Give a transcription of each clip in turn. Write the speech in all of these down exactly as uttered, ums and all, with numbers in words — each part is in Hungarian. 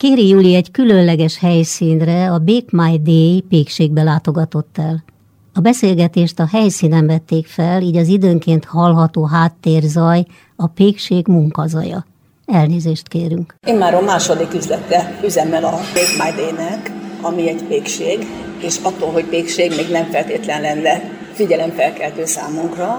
Kéri Júli egy különleges helyszínre, a Bake My Day pékségbe látogatott el. A beszélgetést a helyszínen vették fel, így az időnként hallható háttérzaj a pékség munkazaja. Elnézést kérünk. Én már a második üzlete üzemmel a Bake My Day-nek, ami egy pékség, és attól, hogy pékség még nem feltétlen lenne figyelemfelkeltő számunkra,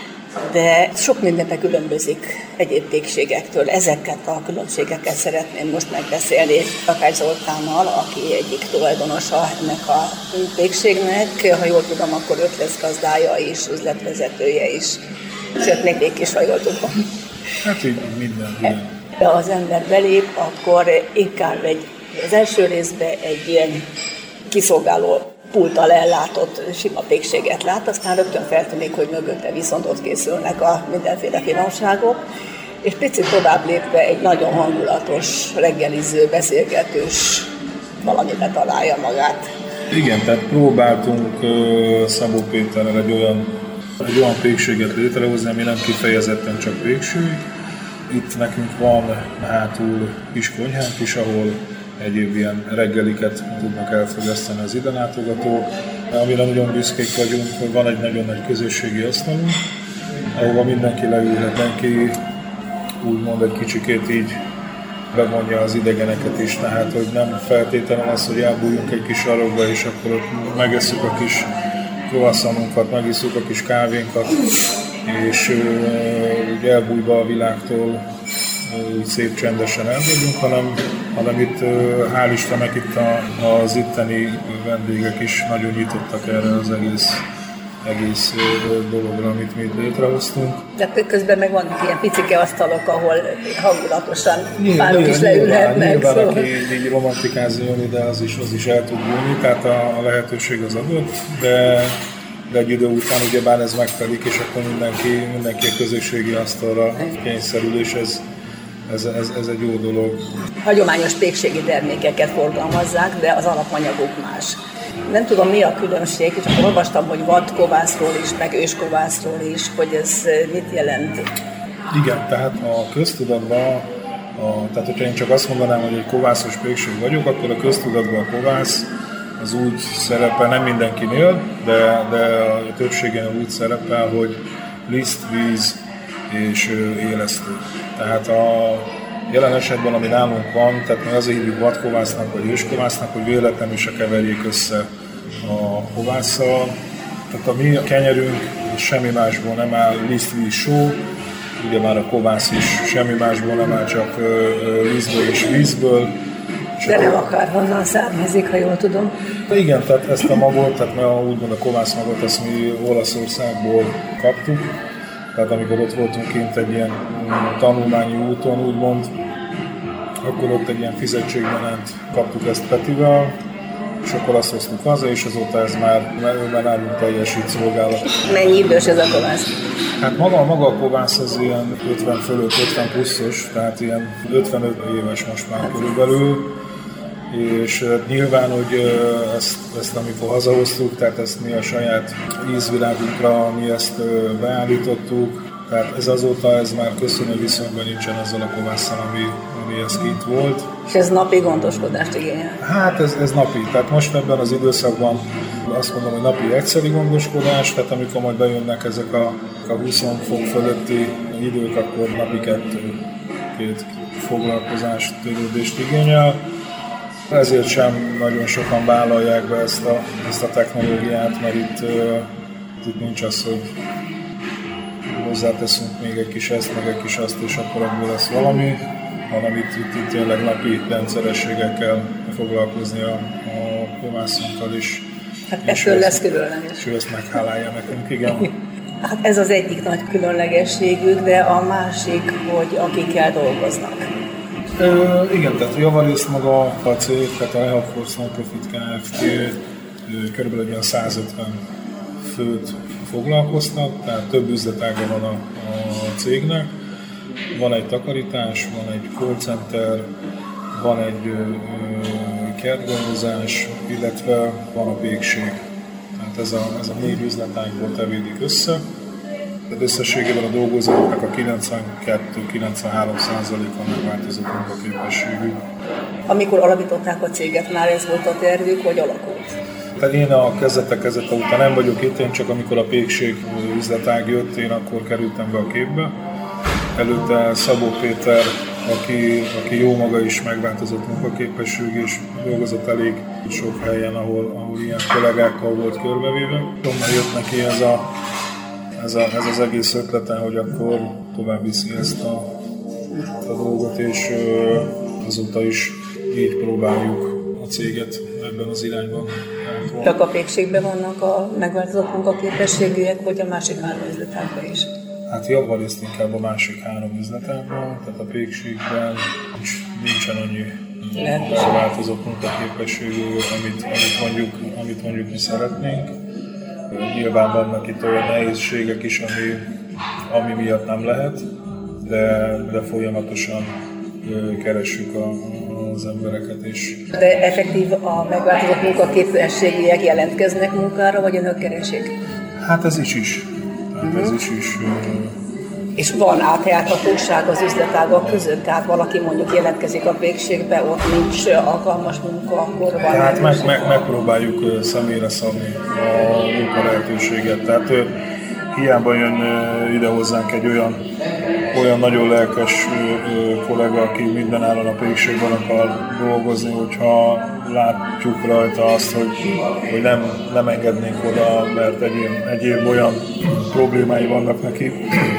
de sok mindenben különbözik egyéb pékségektől. Ezeket a különbségeket szeretném most megbeszélni Takács Zoltánnal, aki egyik tulajdonosa ennek a pékségnek. Ha jól tudom, akkor ötletgazdája is, üzletvezetője is. Sőt, még végig is, ha jól tudom. Hát így minden, igen. Ha az ember belép, akkor inkább egy, az első részben egy ilyen kiszolgáló pulttal ellátott sima pékséget lát, aztán rögtön feltűnik, hogy mögötte viszont ott készülnek a mindenféle finomságok, és picit tovább lépve egy nagyon hangulatos, reggeliző, beszélgetős valamibe találja magát. Igen, tehát próbáltunk uh, Szabó Péterrel egy olyan, egy olyan pékséget létrehozni, ami nem kifejezetten csak pékség. Itt nekünk van hátul kis konyhánk is, ahol egyéb ilyen reggeliket tudnak elfogyasztani az ide látogatók. Amire nagyon büszkék vagyunk, hogy van egy nagyon nagy közösségi asztalunk, ahova mindenki leülhet, mindenki úgymond egy kicsikét így bevonja az idegeneket is, tehát hogy nem feltétlenül az, hogy elbújjunk egy kis sarokba, és akkor ott megesszük a kis croissantunkat, megisszuk a kis kávénkat, és úgy elbújva a világtól úgy szép csendesen elmegyünk, hanem, hanem itt hál' Istennek itt a, az itteni vendégek is nagyon nyitottak erre az egész, egész dologra, amit mi létrehoztunk. De közben meg vannak ilyen picike asztalok, ahol hangulatosan párok is leülhetnek. Nyilván, szóval. Aki így romantikázni jön ide, az is, az is el tud bújni, tehát a, a lehetőség az adott, de de egy idő után ugyebár ez megtelik, és akkor mindenki, mindenki a közösségi asztalra kényszerül, és ez, ez, ez, ez egy jó dolog. Hagyományos pékségi termékeket forgalmazzák, de az alapanyaguk más. Nem tudom, mi a különbség, és akkor olvastam, hogy vadkovászról is, meg őskovászról is, hogy ez mit jelent? Igen, tehát a köztudatban, a, tehát hogyha én csak azt mondanám, hogy egy kovászos pékség vagyok, akkor a köztudatban a kovász az úgy szerepel, nem mindenkinél, de, de a többségén úgy szerepel, hogy liszt, víz és élesztő. Tehát a jelen esetben, ami nálunk van, tehát mi azért hívjuk vadkovásznak vagy őskovásznak, hogy véletlenül se keverjék össze a kovásszal. Tehát a mi kenyerünk semmi másból nem áll, liszt, víz, só, ugye már a kovász is semmi másból nem áll, csak lisztből és vízből. De nem akárhonnan származik, ha jól tudom. De igen, tehát ezt a magot, tehát úgymond a kovász magot, ezt mi Olaszországból kaptuk. Tehát amikor ott voltunk kint egy ilyen tanulmányi úton, úgymond, akkor ott egy ilyen fizetségmenent kaptuk ezt Petivel, és akkor azt hoztuk haza, és azóta ez már, már nálunk teljesít szolgálat. Mennyi idős ez a kovász? Hát maga, maga a kovász az ilyen ötven fölött, ötven pluszos, tehát ilyen ötvenöt éves most már körülbelül. És nyilván, hogy ezt, ezt amikor hazahoztuk, tehát ezt mi a saját ízvilágunkra, mi ezt beállítottuk, tehát ez azóta ez már köszönő viszonyban nincsen azzal a kovásszal, ami, ami ez kint volt. És ez napi gondoskodást igényel? Hát ez, ez napi, tehát most ebben az időszakban azt mondom, hogy napi egyszeri gondoskodás, tehát amikor majd bejönnek ezek a, a húsz fok fölötti idők, akkor napi kettő, két foglalkozást, törődést igényel. Ezért sem nagyon sokan vállalják be ezt a, ezt a technológiát, mert itt, uh, itt nincs az, hogy hozzáteszünk még egy kis ezt, meg egy kis azt, és akkor abból lesz valami, hanem itt, itt, itt tényleg napi rendszerességgel kell foglalkozni a, a kovászunkkal is. Hát ettől lesz különleges. És ő ezt meghálálja nekünk, igen. Hát ez az egyik nagy különlegességük, de a másik, hogy akikkel dolgoznak. Ö, igen, tehát javarészt maga a cég, tehát a Lehalforce Non-Profit Kft. Körülbelül olyan száz ötven főt foglalkoztat, tehát több üzletága van a, a cégnek. Van egy takarítás, van egy call center, van egy ö, kertgondozás, illetve van a pékség. Tehát ez a, ez a négy üzletágból tevődik össze. Tehát összességében a dolgozóknak a kilencvenkettő-kilencvenhárom százaléka megváltozott munkaképességű. Amikor alapították a céget, már ez volt a tervük, hogy alakult? Tehát én a kezdetek kezdete után nem vagyok itt, én csak amikor a pékség üzletág jött, én akkor kerültem be a képbe. Előtte Szabó Péter, aki, aki jó maga is megváltozott munkaképességű, és dolgozott elég sok helyen, ahol, ahol ilyen kollégákkal volt körbevéve. Onnan jött neki ez, a, ez, a, ez az egész ötlete, hogy akkor tovább viszi ezt a, a dolgot, és azóta is így próbáljuk a céget ebben az irányban. Csak a pékségben vannak a megváltozott munkaképességűek, vagy a másik három üzletágban is? Hát javarészt inkább a másik három üzletágban, tehát a pékségben nincs, nincsen annyi változott munkaképességű, amit, amit, mondjuk, amit mondjuk mi szeretnénk. Nyilván vannak itt olyan nehézségek is, ami, ami miatt nem lehet, de, de folyamatosan keressük a, az embereket is. De effektív a megváltozott munkaképességűek jelentkeznek munkára, vagy önök keresik? Hát ez is is. Hát uh-huh. ez is is. És van átjárhatóság az üzletágak között? Tehát valaki mondjuk jelentkezik a pékségbe, ott nincs alkalmas munka, akkor van. Hát meg, meg, megpróbáljuk személyre szabni a munka lehetőséget. Tehát hiába jön ide hozzánk egy olyan, olyan nagyon lelkes kollega, aki mindenáron a pékségben akar dolgozni, hogyha látjuk rajta azt, hogy, hogy nem, nem engednénk oda, mert egyéb, egyéb olyan problémái vannak neki,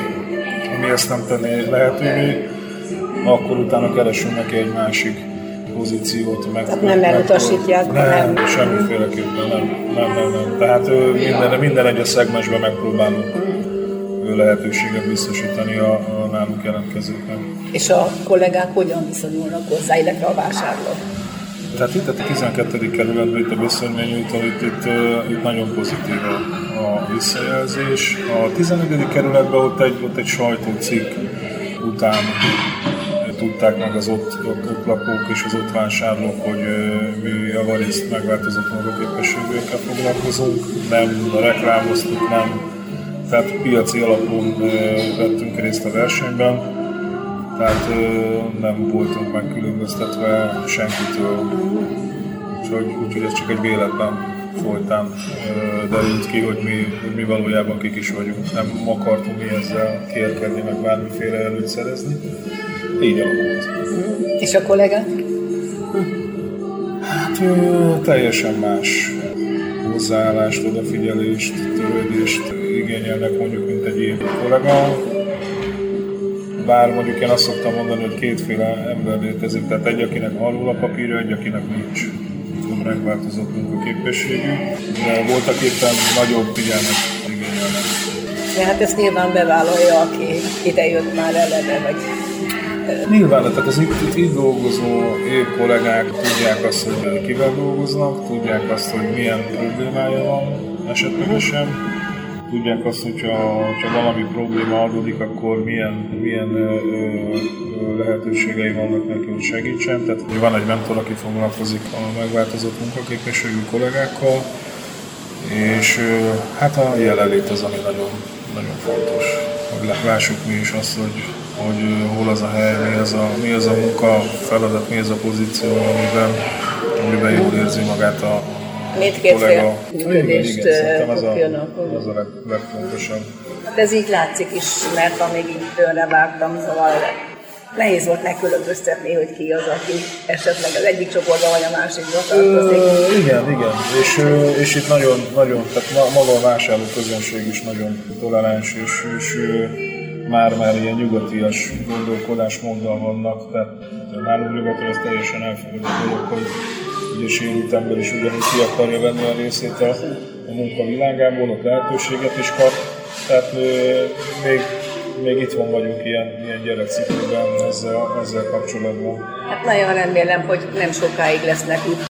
ami ezt nem tenné lehetővé, akkor utána keresünk neki egy másik pozíciót. Meg, Tehát nem elutasítják? Nem, nem, semmiféleképpen nem. nem, nem, nem. Tehát minden, minden egyes szegmensben megpróbálunk lehetőséget biztosítani a, a nálunk jelentkezőknek. És a kollégák hogyan viszonyulnak hozzá, illetve a vásárlók? Tehát itt a tizenkettedik kerületben itt a Viszonymélyúton, itt, itt, itt nagyon pozitív a, a visszajelzés. A tizennegyedik kerületben ott egy, ott egy sajtócikk után tudták meg az ott, ott, ott lakók és az ott vásárlók, hogy mi javarészt megváltozott munkaképességűekkel foglalkozunk, nem reklámoztuk, nem, tehát piaci alapon vettünk részt a versenyben, tehát nem voltunk megkülönböztetve senkitől, úgyhogy, úgyhogy ez csak egy véletlen folytán derült ki, hogy mi, hogy mi valójában kik is vagyunk. Nem akartunk mi ezzel kérkedni, meg bármiféle előtt szerezni. Így alakult. És a kollégák? Hát teljesen más hozzáállást, odafigyelést, törődést igényelnek mondjuk, mint egy ilyen kollega. Bár mondjuk én azt szoktam mondani, hogy kétféle ember létezik, tehát egy, akinek alul a papírja, egy, akinek nincs megváltozott munkaképességű, de voltak éppen nagyobb figyelmet igényelnek. Ja, hát ezt nyilván bevállalja, aki idejött már eleve, vagy... Nyilván, tehát az itt, itt, itt dolgozó épp kollégák tudják azt, hogy kivel dolgoznak, tudják azt, hogy milyen problémája van esetlegesen, tudják azt, hogyha, hogyha valami probléma adódik, akkor milyen, milyen ö, ö, lehetőségei vannak neki, hogy segítsen. Tehát van egy mentor, aki foglalkozik a megváltozott munkaképességű kollégákkal, és ö, hát a jelenlét az, ami nagyon, nagyon fontos. Hogy lássuk mi is azt, hogy, hogy hol az a hely, mi az a, mi az a munka feladat, mi az a pozíció, amiben, amiben jól érzi magát a Mindkét fél működést kapjanak. Az a leg, legfontosabb. Hát ez így látszik is, mert amíg így tőle vártam, szóval nehéz volt megkülönböztetni, hogy ki az, aki esetleg az egyik csoportban vagy a másikban tartozik. Ö, igen, igen. És, és itt nagyon, nagyon, tehát maga a vásárló közönség is nagyon toleráns, és, és már-már ilyen nyugatias gondolkodásmóddal vannak, tehát nálunk nyugaton ez teljesen elfogadott dolog, hogy ugye sérült ember is ugyanúgy ki akarja venni a részét a, a munka világából, ott lehetőséget is kap, tehát még, még itthon vagyunk ilyen, ilyen gyerekcipőben ezzel, ezzel kapcsolatban. Hát nagyon remélem, hogy nem sokáig lesznek itt